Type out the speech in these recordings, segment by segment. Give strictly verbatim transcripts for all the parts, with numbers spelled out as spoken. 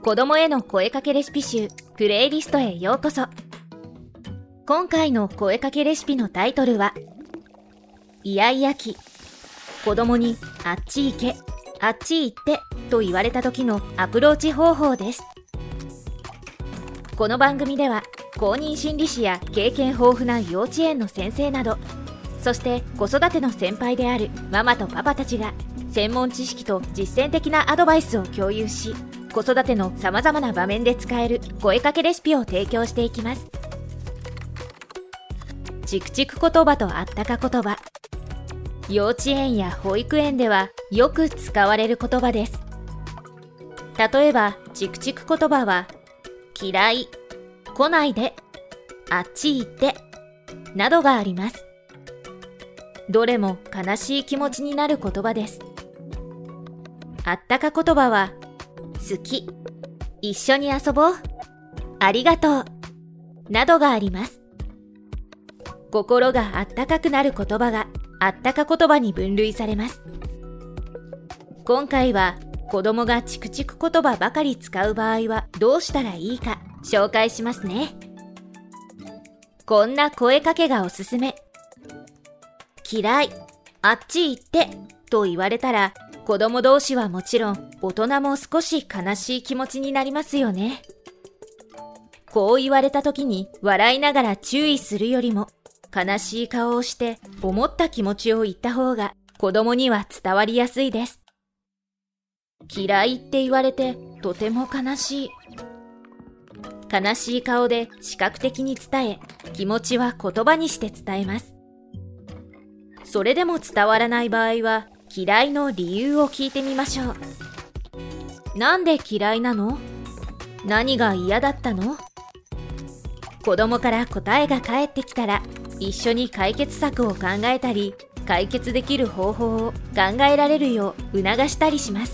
子供への声かけレシピ集プレイリストへようこそ。今回の声かけレシピのタイトルは、イヤイヤ期。子供にあっち行け、あっち行ってと言われた時のアプローチ方法です。この番組では公認心理師や経験豊富な幼稚園の先生など、そして子育ての先輩であるママとパパたちが専門知識と実践的なアドバイスを共有し、子育てのさまざまな場面で使える声かけレシピを提供していきます。チクチク言葉とあったか言葉。幼稚園や保育園ではよく使われる言葉です。例えばチクチク言葉は、嫌い、来ないで、あっち行って、などがあります。どれも悲しい気持ちになる言葉です。あったか言葉は、好き、一緒に遊ぼう、ありがとう、などがあります。心があったかくなる言葉があったか言葉に分類されます。今回は子供がチクチク言葉ばかり使う場合はどうしたらいいか紹介しますね。こんな声かけがおすすめ。嫌い、あっち行ってと言われたら、子供同士はもちろん大人も少し悲しい気持ちになりますよね。こう言われた時に笑いながら注意するよりも、悲しい顔をして思った気持ちを言った方が子供には伝わりやすいです。嫌いって言われてとても悲しい。悲しい顔で視覚的に伝え、気持ちは言葉にして伝えます。それでも伝わらない場合は、嫌いの理由を聞いてみましょう。なんで嫌いなの？何が嫌だったの？子供から答えが返ってきたら、一緒に解決策を考えたり、解決できる方法を考えられるよう促したりします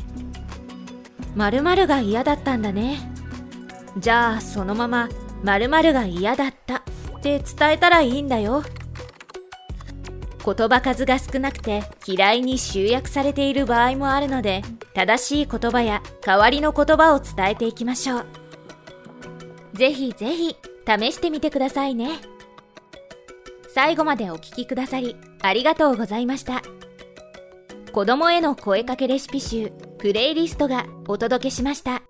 。〇〇が嫌だったんだね。じゃあそのまま〇〇が嫌だったって伝えたらいいんだよ。言葉数が少なくて嫌いに集約されている場合もあるので、正しい言葉や代わりの言葉を伝えていきましょう。ぜひぜひ試してみてくださいね。最後までお聞きくださりありがとうございました。子供への声かけレシピ集プレイリストがお届けしました。